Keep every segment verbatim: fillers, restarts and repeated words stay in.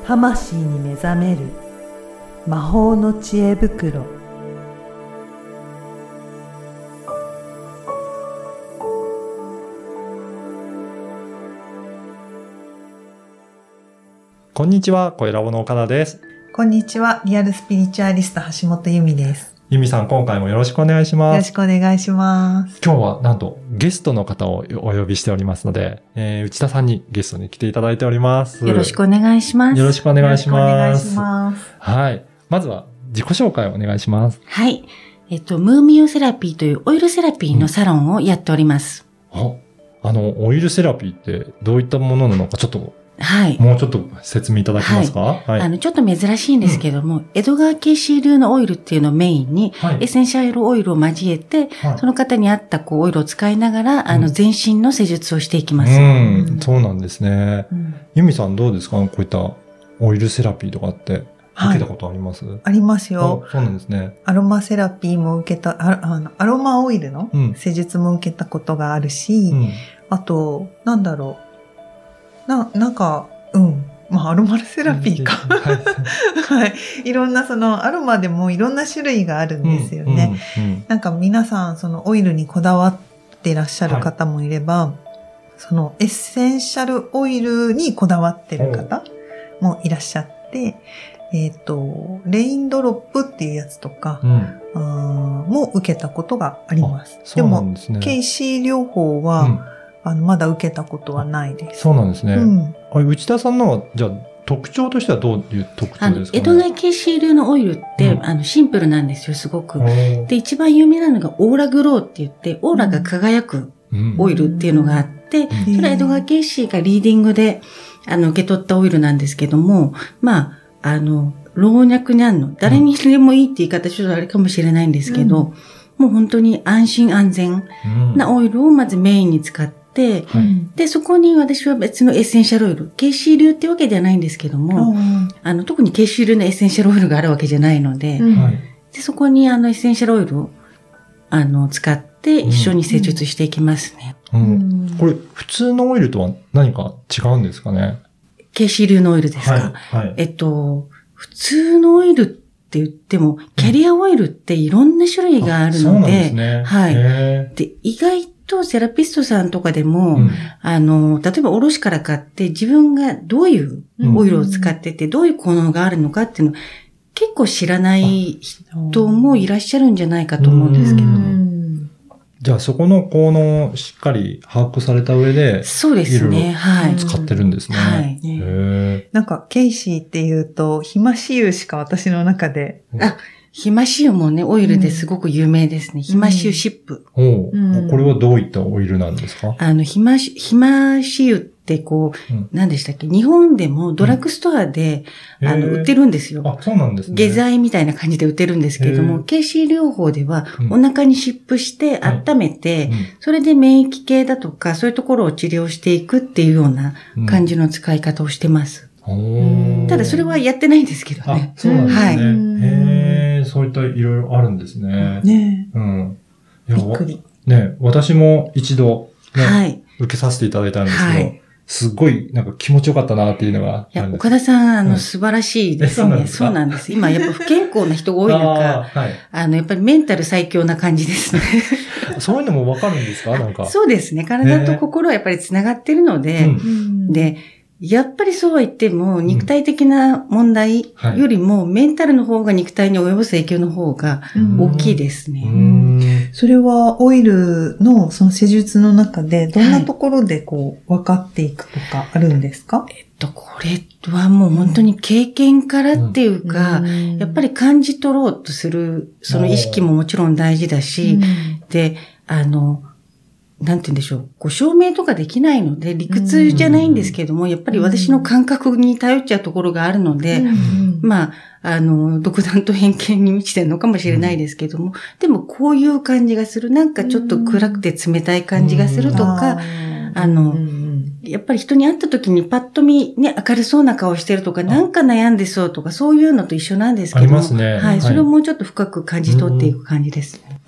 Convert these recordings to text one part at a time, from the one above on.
魂に目覚める魔法の知恵袋。 こんにちは、声ラボの岡田です。 こんにちは、リアルスピリチュアリスト橋本由美です。 由美さん、今回もよろしくお願いします。 よろしくお願いします。 今日はなんとゲストの方をお呼びしておりますので、えー、内田さんにゲストに来ていただいております。 よろしくお願いします。 よろしくお願いします。 よろしくお願いします。 はい。まずは自己紹介をお願いします。 はい。えっと、ムーミオセラピーというオイルセラピーのサロンをやっております。 うん、あ、あの、オイルセラピーってどういったものなのかちょっとはい。 もうちょっと説明いただけますか？ はい。はい、あの、ちょっと珍しいんですけども、うん、江戸川慶子流のオイルっていうのをメインに、はい、エッセンシャルオイルを交えて、はい、その方に合ったこうオイルを使いながら、あの、全身の施術をしていきます。 うん、うん、そうなんですね。うん、由美さんどうですか？こういったオイルセラピーとかって受けたことあります？はい、 ありますよ。 そうなんですね。 アロマセラピーも受けた、ああのアロマオイルの施術も受けたことがあるし、うん、あと、なんだろう。な、なんか、うん。まあ、アロマセラピーか。はい。いろんな、その、アロマでもいろんな種類があるんですよね。うんうんうん、なんか皆さん、その、オイルにこだわっていらっしゃる方もいれば、はい、その、エッセンシャルオイルにこだわってる方もいらっしゃって、えっと、レインドロップっていうやつとか、うん、あも受けたことがあります。 そうなんですね。 でも、ケイシー療法は、うんあの、まだ受けたことはないです。 そうなんですね。うん、あれ内田さんの、じゃあ、特徴としてはどういう特徴ですかね？あの、 江戸川慶子流のオイルって、うん、あの、シンプルなんですよ、すごく。で、一番有名なのがオーラグローって言って、オーラが輝くオイルっていうのがあって、うん、それは江戸川慶子がリーディングで、あの、受け取ったオイルなんですけども、まあ、あの、老若にあんの、誰にでもいいって言い方ちょっとあれかもしれないんですけど、うん、もう本当に安心安全なオイルをまずメインに使って、で、はい、で、そこに私は別のエッセンシャルオイル、ケイシー流ってわけではないんですけども、あの、特にケイシー流のエッセンシャルオイルがあるわけじゃないので、うん、でそこにあのエッセンシャルオイルを、あの、使って一緒に施術していきますね。 うんうん、これ、普通のオイルとは何か違うんですかね？ ケイシー流のオイルですか？はいはい、えっと、普通のオイルって言っても、キャリアオイルっていろんな種類があるので、そうなんですね。はい。で、意外ととセラピストさんとかでも、うん、あの、例えば卸から買って自分がどういうオイルを使ってて、うん、どういう効能があるのかっていうの結構知らない人もいらっしゃるんじゃないかと思うんですけど。 じゃあそこの効能をしっかり把握された上で、 そうですね。はい。 使ってるんですね。はい。 へなんか、ケイシーっていうと、ひまし油しか私の中で。 あひまし油もね、オイルですごく有名ですね。ひまし油シップ。 おうこれはどういったオイルなんですか？ あの、ひまし、ひまし油ってこう、うん、何でしたっけ？日本でもドラッグストアで、うん、あの、売ってるんですよ。 あ、そうなんですね。 下剤みたいな感じで売ってるんですけれども、ケイシー療法では、お腹に湿布して温めて、うん、それで免疫系だとか、そういうところを治療していくっていうような感じの使い方をしてます。うん、ただそれはやってないんですけどね。 あ、そうなんですね。はい、へー、そういったいろいろあるんですね。 ねうん。 いや、びっくり。 ね、私も一度、ね、はい、受けさせていただいたんですけど、はい、すっごいなんか気持ちよかったなっていうのが。 いや、岡田さん、あの、うん、素晴らしいですね。そうなんです。今、やっぱ不健康な人が多い中、あ, はい、あの、やっぱりメンタル最強な感じですね。 そういうのもわかるんですか？なんか。 そうですね。体と心はやっぱり繋がってるので、うん、で、やっぱりそうは言っても、肉体的な問題よりも、メンタルの方が肉体に及ぼす影響の方が大きいですね。 うんそれは、オイルのその施術の中で、どんなところでこう、分かっていくとかあるんですか？ はい、えっと、これはもう本当に経験からっていうか、うん、やっぱり感じ取ろうとする、その意識ももちろん大事だし、うん、で、あの、なんて言うんでしょう。こう証明とかできないので、理屈じゃないんですけども、やっぱり私の感覚に頼っちゃうところがあるので、まあ、あの、独断と偏見に満ちてるのかもしれないですけども、でもこういう感じがする。なんかちょっと暗くて冷たい感じがするとか、あの、やっぱり人に会った時にパッと見ね、明るそうな顔してるとか、なんか悩んでそうとか、そういうのと一緒なんですけども。 ありますね。 はい。それをもうちょっと深く感じ取っていく感じですね。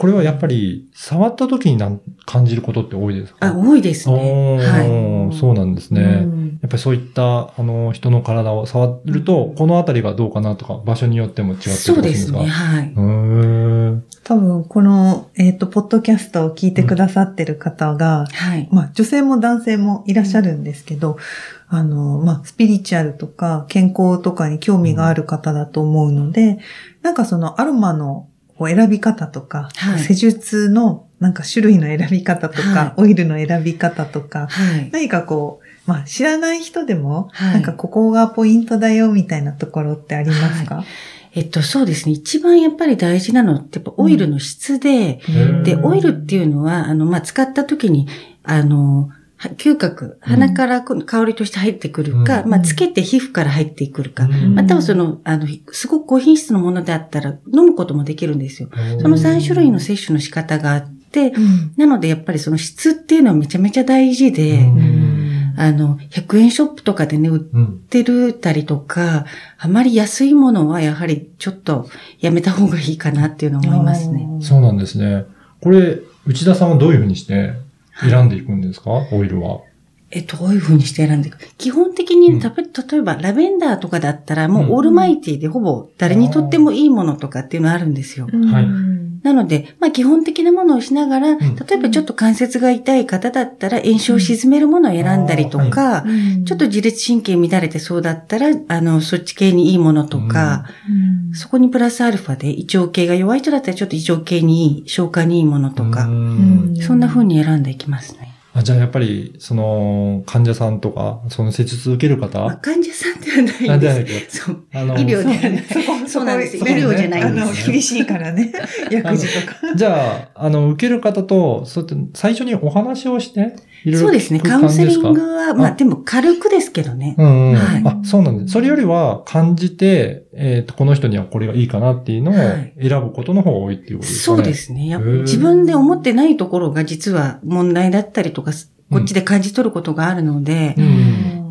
これはやっぱり触った時になん感じることって多いですか？ あ、多いですね。 はい。そうなんですね。うん、やっぱりそういった、あの、人の体を触ると、うん、このあたりがどうかなとか、場所によっても違ってくるんですか？ そうですね、はい。 うーん。 多分、この、えっと、ポッドキャストを聞いてくださってる方が、うん、はい。まあ、女性も男性もいらっしゃるんですけど、うん、あの、まあ、スピリチュアルとか、健康とかに興味がある方だと思うので、うん、なんかそのアロマの選び方とか、はい、施術のなんか種類の選び方とか、はい、オイルの選び方とか、はい、何かこう、まあ知らない人でも、はい、なんかここがポイントだよみたいなところってありますか？はい、 えっと、そうですね。一番やっぱり大事なのって、やっぱオイルの質で、うん、で、オイルっていうのは、あの、まあ、使った時に、あの、嗅覚、鼻から香りとして入ってくるか、うん、まあ、つけて皮膚から入ってくるか、うん、またはその、あの、すごく高品質のものであったら飲むこともできるんですよ。うん、そのさん種類の摂取の仕方があって、うん、なのでやっぱりその質っていうのはめちゃめちゃ大事で、うん、あの、ひゃくえんショップとかでね、売ってるたりとか、あまり安いものはやはりちょっとやめた方がいいかなっていうのを思いますね。 そうなんですね。これ、内田さんはどういうふうにして選んでいくんですか？オイルは。 え、どういう風にして選んでいく？基本的に、うん、例えばラベンダーとかだったらもうオールマイティでほぼ誰にとってもいいものとかっていうのあるんですよ。はい。なので、まあ基本的なものをしながら、例えばちょっと関節が痛い方だったら炎症を鎮めるものを選んだりとか、うん、ちょっと自律神経乱れてそうだったら、あの、そっち系にいいものとか、うん、そこにプラスアルファで胃腸系が弱い人だったらちょっと胃腸系にいい、消化にいいものとか、うん、そんな風に選んでいきますね。 あ、じゃあやっぱり、その、患者さんとか、その施術受ける方、まあ、 患者さんではないんです。あ、じゃないけど。そう。あの、医療ではない。そう、そうなんですよ。医療じゃないんですよ。 あの、厳しいからね。薬事とか。 じゃあ、あの、受ける方と、そうやって最初にお話をして、 いろいろそうですね。カウンセリングは、まあでも軽くですけどね。 うんうん。はい、あ、そうなんです。それよりは感じて、えっと、この人にはこれがいいかなっていうのを選ぶことの方が多いっていうことですかね。 そうですね。やっぱ自分で思ってないところが実は問題だったりとか、こっちで感じ取ることがあるので、うん、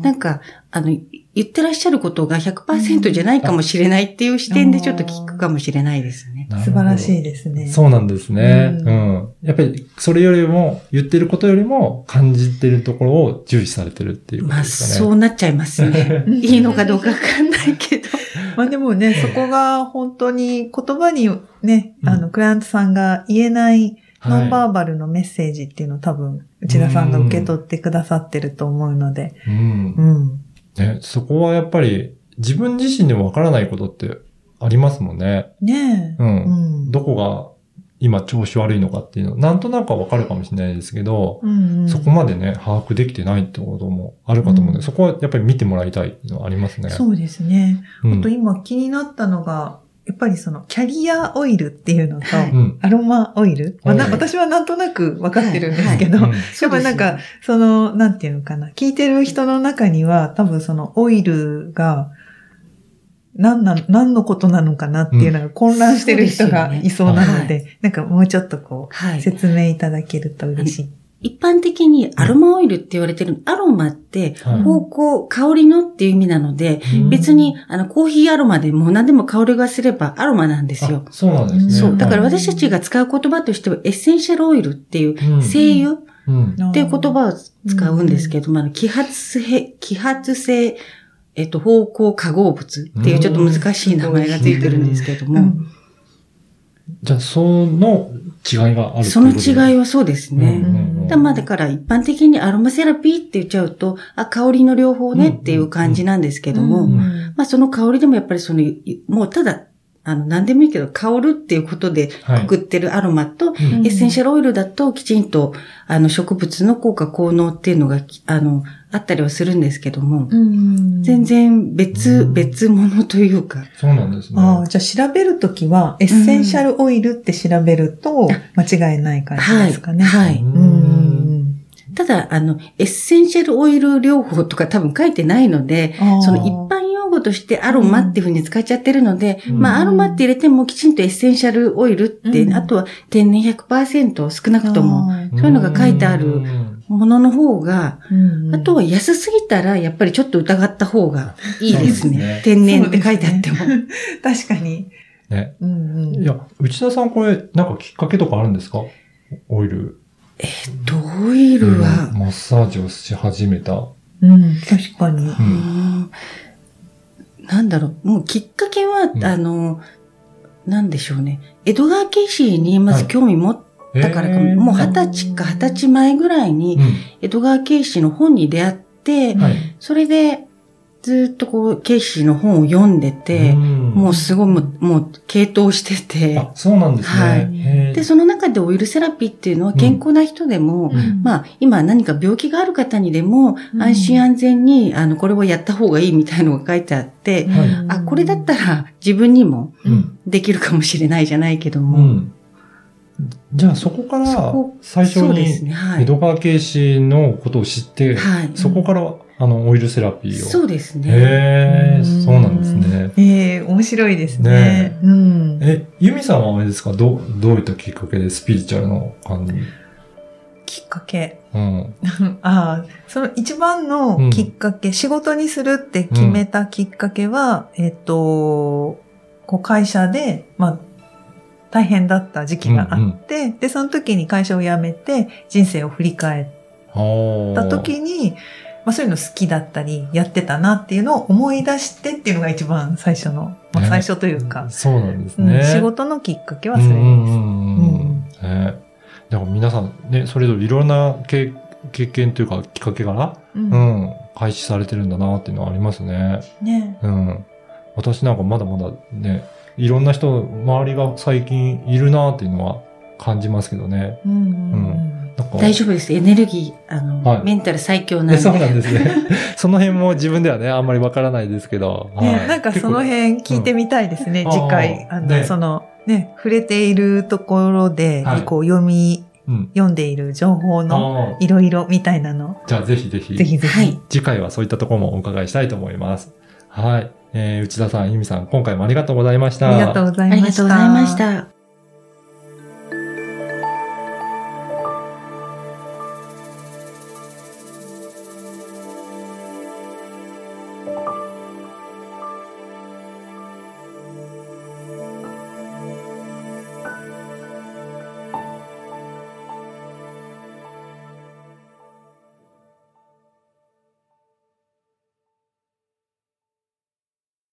なんか、あの、言ってらっしゃることが ひゃくパーセント じゃないかもしれないっていう視点でちょっと聞くかもしれないですね。 素晴らしいですね。 そうなんですね。うん。うん、やっぱり、それよりも、言ってることよりも、感じてるところを重視されてるっていうことですかね。 まあ、そうなっちゃいますね。いいのかどうかわかんないけど。 まあでもね、そこが本当に言葉にね、あの、クライアントさんが言えない、ノンバーバルのメッセージっていうのを多分、内田さんが受け取ってくださってると思うので。うん。うん。 ね、そこはやっぱり自分自身でもわからないことってありますもんね。 ねえ。うん。うん、どこが今調子悪いのかっていうの、なんとなくはわかるかもしれないですけど、うんうん、そこまでね、把握できてないってこともあるかと思うので、うん、そこはやっぱり見てもらいたいっていうのはありますね。 そうですね。うん、あと今気になったのが、やっぱりそのキャリアオイルっていうのと、はい、アロマオイル、まあな、私はなんとなく分かってるんですけど、はいはい、やっぱなんか、その、なんていうのかな、聞いてる人の中には多分そのオイルが何な、何のことなのかなっていうのが混乱してる人がいそうなので、でねはい、なんかもうちょっとこう、はい、説明いただけると嬉しい。 一般的にアロマオイルって言われてる、アロマって方向、香りのっていう意味なので、別にあのコーヒーアロマでも何でも香りがすればアロマなんですよ。 そうなんですね。 そう。だから私たちが使う言葉としてはエッセンシャルオイルっていう精油っていう言葉を使うんですけども、揮発性、揮発性、えっと、方向化合物っていうちょっと難しい名前がついてるんですけども。 じゃあ、その違いがあるその違いはそうですね。うんうんうん、だまあだから一般的にアロマセラピーって言っちゃうと、あ、香りの療法ねっていう感じなんですけども、うんうんうん、まあその香りでもやっぱりその、もうただ、あの、何でもいいけど、香るっていうことでくくってるアロマと、はい、エッセンシャルオイルだときちんと、あの、植物の効果効能っていうのが、あの、あったりはするんですけども、うん、全然別、別物というか。 そうなんですね。 ああ、じゃあ調べるときは、エッセンシャルオイルって調べると、間違いない感じですかね。 はい。はい、うんただ、あの、エッセンシャルオイル療法とか多分書いてないので、その一般用語としてアロマっていうふうに使っちゃってるので、うん、まあアロマって入れてもきちんとエッセンシャルオイルって、うん、あとは天然 ひゃくパーセント 少なくとも、そういうのが書いてあるものの方が、うん、あとは安すぎたらやっぱりちょっと疑った方がいいですね。すね天然って書いてあっても。 確かに。 ね。 うんうん、 いや、内田さんこれ、なんかきっかけとかあるんですか？オイル。 えっと、オイルは、 マッサージをし始めた。 うん、確かに。 うん、なんだろう、もうきっかけは、うん、あの、なんでしょうね。江戸川慶子にまず興味持ったからかも、はい、もう二十歳か二十歳前ぐらいに、江戸川慶子の本に出会って、うん、それで、ずっとこう、ケイシーの本を読んでて、うん、もうすごいもう、もう、傾倒してて。 あ、そうなんですね。 はい。で、その中でオイルセラピーっていうのは健康な人でも、うん、まあ、今何か病気がある方にでも、安心安全に、あの、これをやった方がいいみたいなのが書いてあって、うん、あ、これだったら自分にもできるかもしれないじゃないけども。うん、 じゃあそこから、最初に、江戸川慶子のことを知って、はい、そこから、あの、オイルセラピーを。 そうですね。 へえ、そうなんですね。 ええ、面白いですね。ねうん、え、ユミさんはあれですか？どう、どういったきっかけでスピリチュアルの感じ？ きっかけ。 うん。 ああ、その一番のきっかけ、うん、仕事にするって決めたきっかけは、うん、えっと、こう会社で、まあ、大変だった時期があって、うんうん、で、その時に会社を辞めて人生を振り返った時に、まあそういうの好きだったり、やってたなっていうのを思い出してっていうのが一番最初の、まあ最初というか。 ね、そうなんですね、 うん。仕事のきっかけはそれです。うんうんうんね、だから皆さんね、それぞれいろんな経験というかきっかけから、うん、うん、開始されてるんだなっていうのはありますね。 ね。 うん。私なんかまだまだね、いろんな人、周りが最近いるなっていうのは感じますけどね。うん、うんうん大丈夫です。エネルギー、あの、はい、メンタル最強なんで。 そうなんですね。その辺も自分ではね、あんまりわからないですけど。 ね、はい、なんかその辺聞いてみたいですね、うん、次回。あの、ね、その、ね、触れているところで、はい、こう読み、うん、読んでいる情報のいろいろみたいなの。 じゃあぜひぜひ。 ぜひぜひ、はい。 次回はそういったところもお伺いしたいと思います。はい。えー、内田さん、由美さん、今回もありがとうございました。 ありがとうございました。 ありがとうございました。